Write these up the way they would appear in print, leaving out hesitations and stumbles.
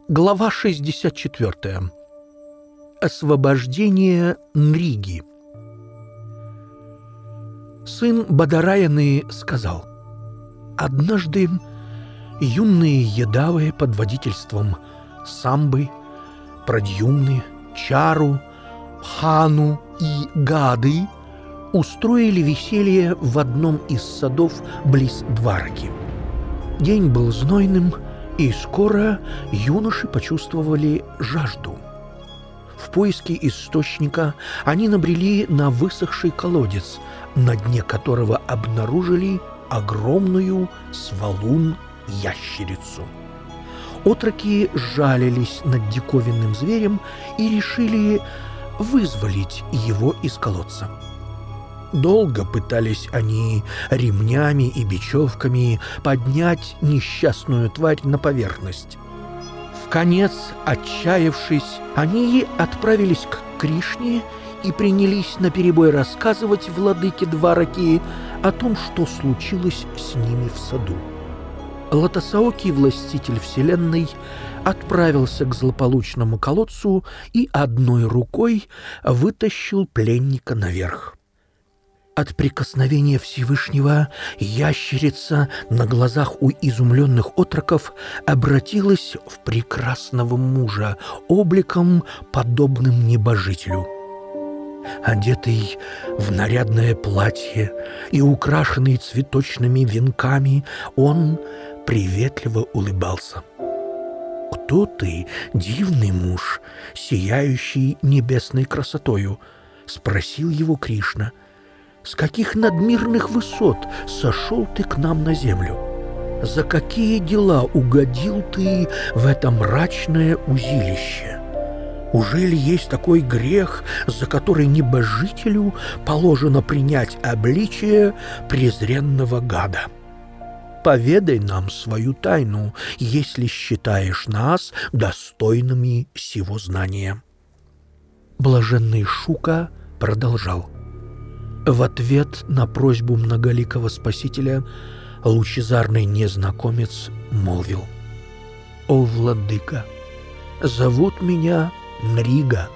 Глава 64. Освобождение Нриги. Сын Бадараяны сказал: «Однажды юные едавы под водительством Самбы, Прадьюмны, Чару, Пхану и Гады устроили веселье в одном из садов близ Двараки. День был знойным, и скоро юноши почувствовали жажду. В поиске источника они набрели на высохший колодец, на дне которого обнаружили огромную свалун-ящерицу. Отроки жалились над диковинным зверем и решили вызволить его из колодца. Долго пытались они ремнями и бечевками поднять несчастную тварь на поверхность. Вконец, отчаявшись, они отправились к Кришне и принялись наперебой рассказывать владыке Двараки о том, что случилось с ними в саду. Лотосаоки, властитель вселенной, отправился к злополучному колодцу и одной рукой вытащил пленника наверх. От прикосновения Всевышнего ящерица на глазах у изумленных отроков обратилась в прекрасного мужа, обликом подобным небожителю. Одетый в нарядное платье и украшенный цветочными венками, он приветливо улыбался. «Кто ты, дивный муж, сияющий небесной красотою?» — спросил его Кришна. «С каких надмирных высот сошел ты к нам на землю? За какие дела угодил ты в это мрачное узилище? Ужели есть такой грех, за который небожителю положено принять обличие презренного гада? Поведай нам свою тайну, если считаешь нас достойными сего знания». Блаженный Шука продолжал. В ответ на просьбу многоликого Спасителя лучезарный незнакомец молвил: «О, владыка, зовут меня Нрига.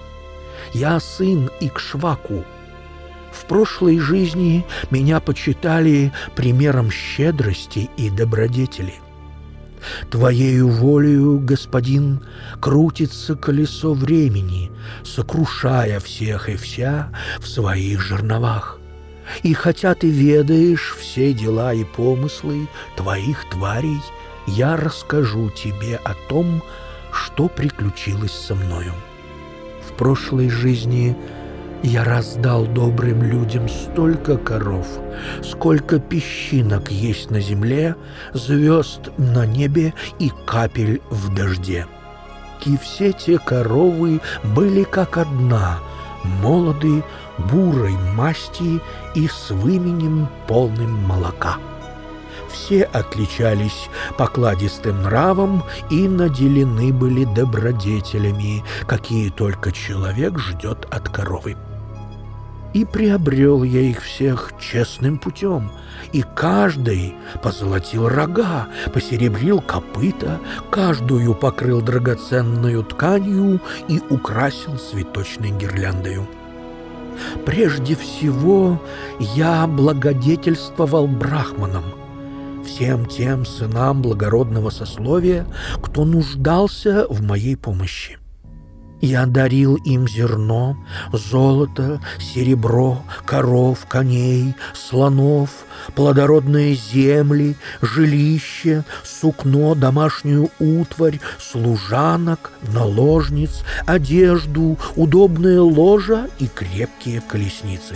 Я сын Икшваку. В прошлой жизни меня почитали примером щедрости и добродетели. Твоею волею, господин, крутится колесо времени, сокрушая всех и вся в своих жерновах. И хотя ты ведаешь все дела и помыслы твоих тварей, я расскажу тебе о том, что приключилось со мною. В прошлой жизни я раздал добрым людям столько коров, сколько песчинок есть на земле, звезд на небе и капель в дожде. И все те коровы были как одна, молоды, бурой масти и с выменем полным молока. Все отличались покладистым нравом и наделены были добродетелями, какие только человек ждет от коровы. И приобрел я их всех честным путем, и каждый позолотил рога, посеребрил копыта, каждую покрыл драгоценную тканью и украсил цветочной гирляндою. Прежде всего я благодетельствовал брахманам, всем тем сынам благородного сословия, кто нуждался в моей помощи. Я дарил им зерно, золото, серебро, коров, коней, слонов, плодородные земли, жилище, сукно, домашнюю утварь, служанок, наложниц, одежду, удобное ложа и крепкие колесницы.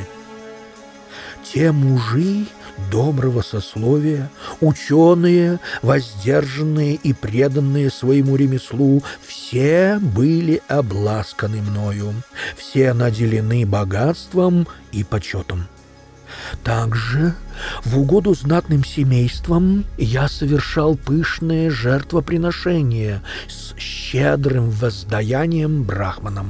Те мужи доброго сословия, ученые, воздержанные и преданные своему ремеслу, все были обласканы мною, все наделены богатством и почетом. Также в угоду знатным семействам я совершал пышные жертвоприношения с щедрым воздаянием брахманам.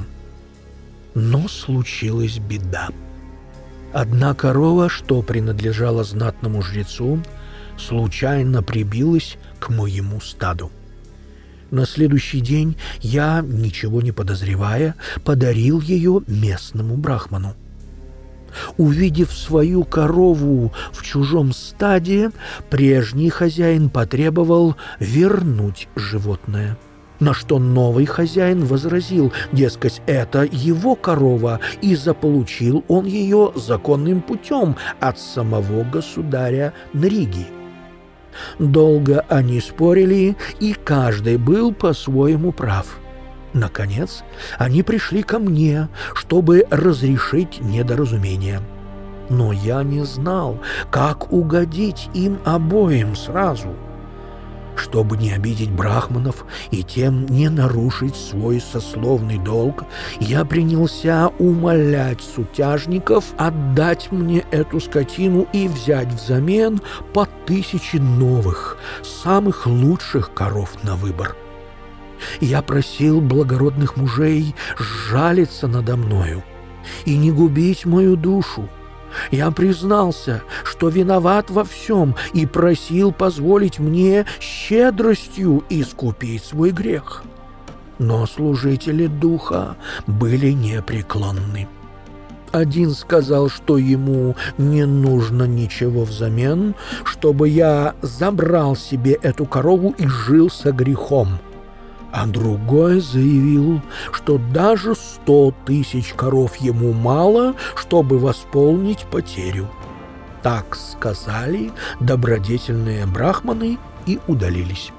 Но случилась беда. Одна корова, что принадлежала знатному жрецу, случайно прибилась к моему стаду. На следующий день я, ничего не подозревая, подарил ее местному брахману. Увидев свою корову в чужом стаде, прежний хозяин потребовал вернуть животное. На что новый хозяин возразил, дескать, это его корова, и заполучил он ее законным путем от самого государя Нриги. Долго они спорили, и каждый был по-своему прав. Наконец, они пришли ко мне, чтобы разрешить недоразумение. Но я не знал, как угодить им обоим сразу. Чтобы не обидеть брахманов и тем не нарушить свой сословный долг, я принялся умолять сутяжников отдать мне эту скотину и взять взамен по 1000 новых, самых лучших коров на выбор. Я просил благородных мужей сжалиться надо мною и не губить мою душу. Я признался, что виноват во всем, и просил позволить мне щедростью искупить свой грех. Но служители духа были непреклонны. Один сказал, что ему не нужно ничего взамен, чтобы я забрал себе эту корову и жил со грехом. А другой заявил, что даже 100 000 коров ему мало, чтобы восполнить потерю. Так сказали добродетельные брахманы и удалились.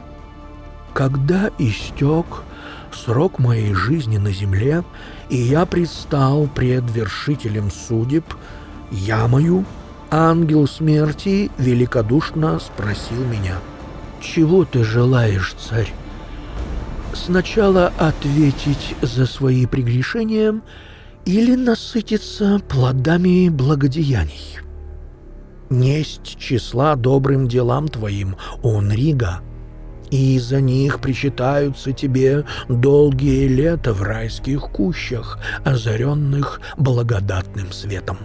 Когда истек срок моей жизни на земле, и я предстал пред вершителем судеб, ямою, ангел смерти великодушно спросил меня: «Чего ты желаешь, царь? Сначала ответить за свои прегрешения или насытиться плодами благодеяний? Несть числа добрым делам твоим, о Нрига, и за них причитаются тебе долгие лета в райских кущах, озаренных благодатным светом.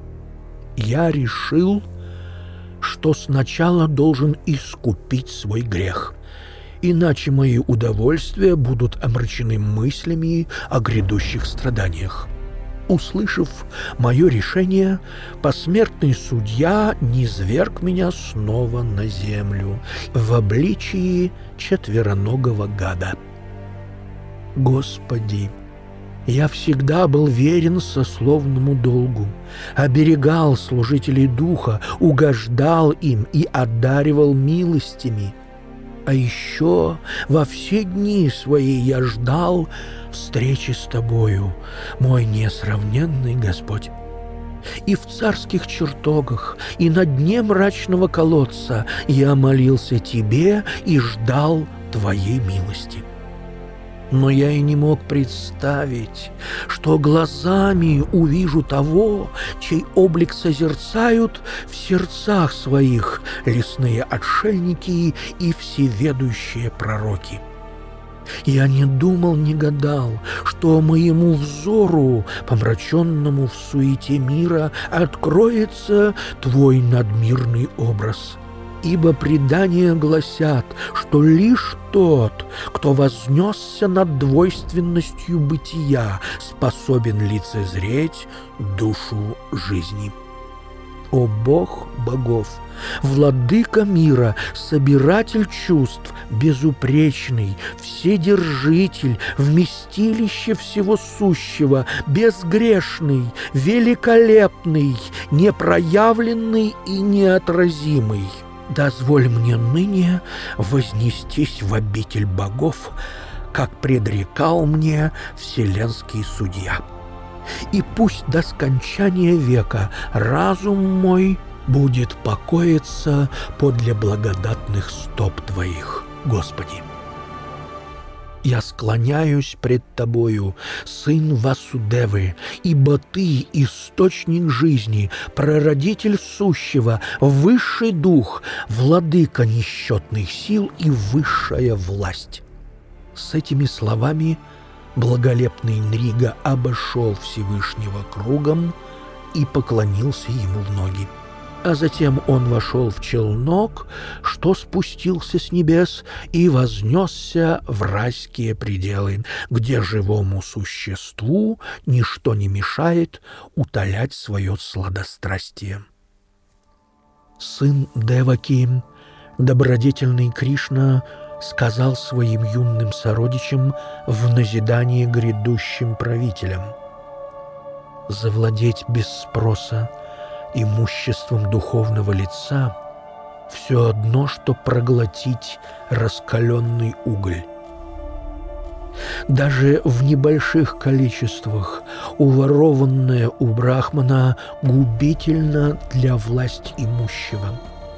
Я решил, что сначала должен искупить свой грех, иначе мои удовольствия будут омрачены мыслями о грядущих страданиях. Услышав мое решение, посмертный судья низвергл меня снова на землю в обличии четвероногого гада. Господи, я всегда был верен сословному долгу, оберегал служителей духа, угождал им и одаривал милостями. А еще во все дни свои я ждал встречи с Тобою, мой несравненный Господь. И в царских чертогах, и на дне мрачного колодца я молился Тебе и ждал Твоей милости. Но я и не мог представить, что глазами увижу того, чей облик созерцают в сердцах своих лесные отшельники и всеведущие пророки. Я не думал, не гадал, что моему взору, помраченному в суете мира, откроется Твой надмирный образ. Ибо предания гласят, что лишь тот, кто вознесся над двойственностью бытия, способен лицезреть душу жизни. О Бог богов, владыка мира, собиратель чувств, безупречный, вседержитель, вместилище всего сущего, безгрешный, великолепный, непроявленный и неотразимый, дозволь мне ныне вознестись в обитель богов, как предрекал мне вселенский судья. И пусть до скончания века разум мой будет покоиться подле благодатных стоп Твоих, Господи. Я склоняюсь пред Тобою, Сын Васудевы, ибо Ты — источник жизни, прародитель сущего, высший дух, владыка несчетных сил и высшая власть». С этими словами благолепный Нрига обошел Всевышнего кругом и поклонился ему в ноги. А затем он вошел в челнок, что спустился с небес, и вознесся в райские пределы, где живому существу ничто не мешает утолять свое сладострастие. Сын Деваки, добродетельный Кришна, сказал своим юным сородичам в назидании грядущим правителям: «Завладеть без спроса имуществом духовного лица — все одно, что проглотить раскаленный уголь. Даже в небольших количествах уворованное у брахмана губительно для власть имущего.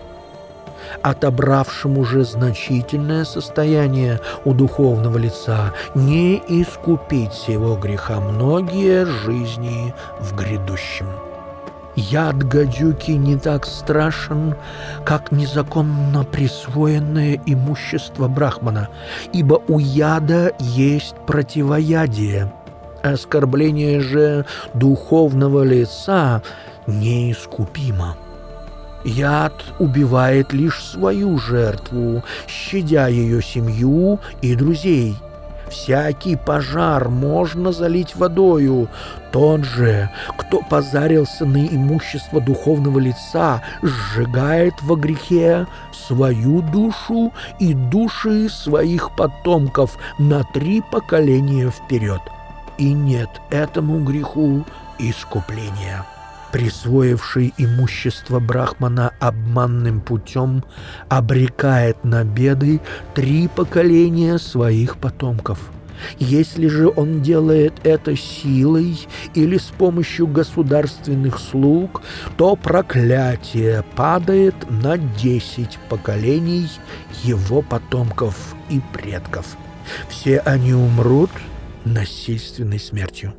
Отобравшему же значительное состояние у духовного лица не искупить сего греха многие жизни в грядущем. Яд гадюки не так страшен, как незаконно присвоенное имущество брахмана, ибо у яда есть противоядие. Оскорбление же духовного лица неискупимо. Яд убивает лишь свою жертву, щадя ее семью и друзей. Всякий пожар можно залить водою. Тот же, кто позарился на имущество духовного лица, сжигает во грехе свою душу и души своих потомков на 3 поколения вперед. И нет этому греху искупления. Присвоивший имущество брахмана обманным путем обрекает на беды 3 поколения своих потомков. Если же он делает это силой или с помощью государственных слуг, то проклятие падает на 10 поколений его потомков и предков. Все они умрут насильственной смертью.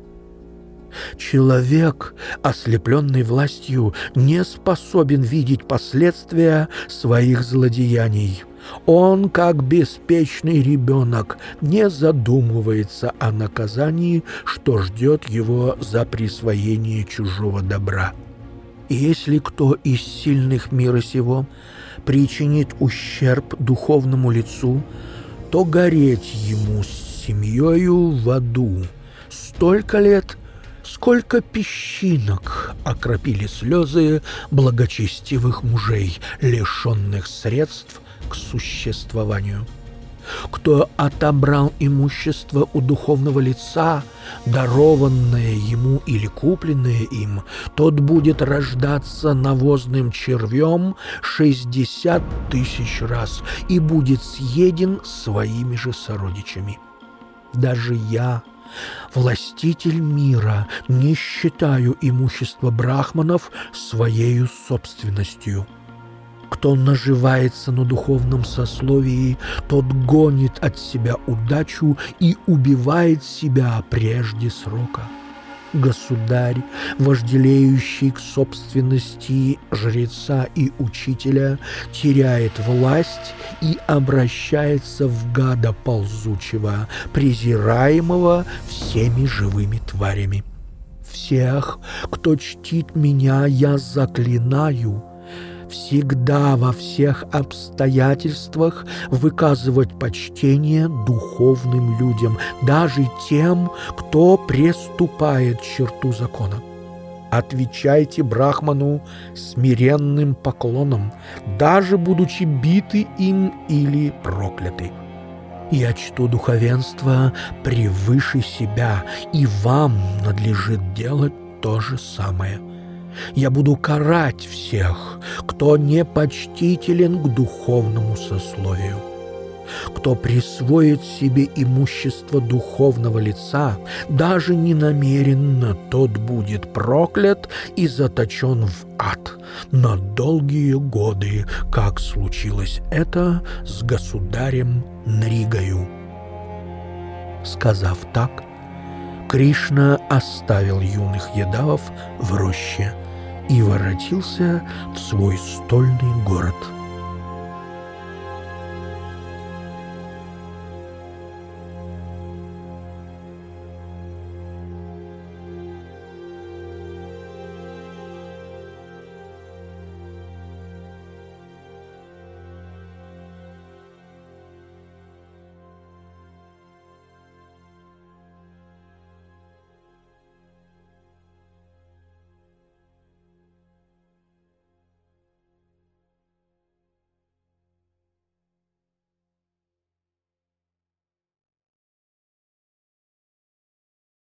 Человек, ослепленный властью, не способен видеть последствия своих злодеяний. Он, как беспечный ребенок, не задумывается о наказании, что ждет его за присвоение чужого добра. И если кто из сильных мира сего причинит ущерб духовному лицу, то гореть ему с семьёю в аду столько лет, сколько песчинок окропили слезы благочестивых мужей, лишенных средств к существованию. Кто отобрал имущество у духовного лица, дарованное ему или купленное им, тот будет рождаться навозным червем 60 000 раз и будет съеден своими же сородичами. Даже я, властитель мира, не считаю имущество брахманов своею собственностью. Кто наживается на духовном сословии, тот гонит от себя удачу и убивает себя прежде срока. Государь, вожделеющий к собственности жреца и учителя, теряет власть и обращается в гада ползучего, презираемого всеми живыми тварями. Всех, кто чтит меня, я заклинаю всегда во всех обстоятельствах выказывать почтение духовным людям, даже тем, кто преступает черту закона. Отвечайте брахману смиренным поклоном, даже будучи биты им или прокляты. Я чту духовенство превыше себя, и вам надлежит делать то же самое. Я буду карать всех, кто непочтителен к духовному сословию. Кто присвоит себе имущество духовного лица, даже ненамеренно, тот будет проклят и заточен в ад на долгие годы, как случилось это с государем Нригою. Сказав так, Кришна оставил юных ядавов в роще и воротился в свой стольный город.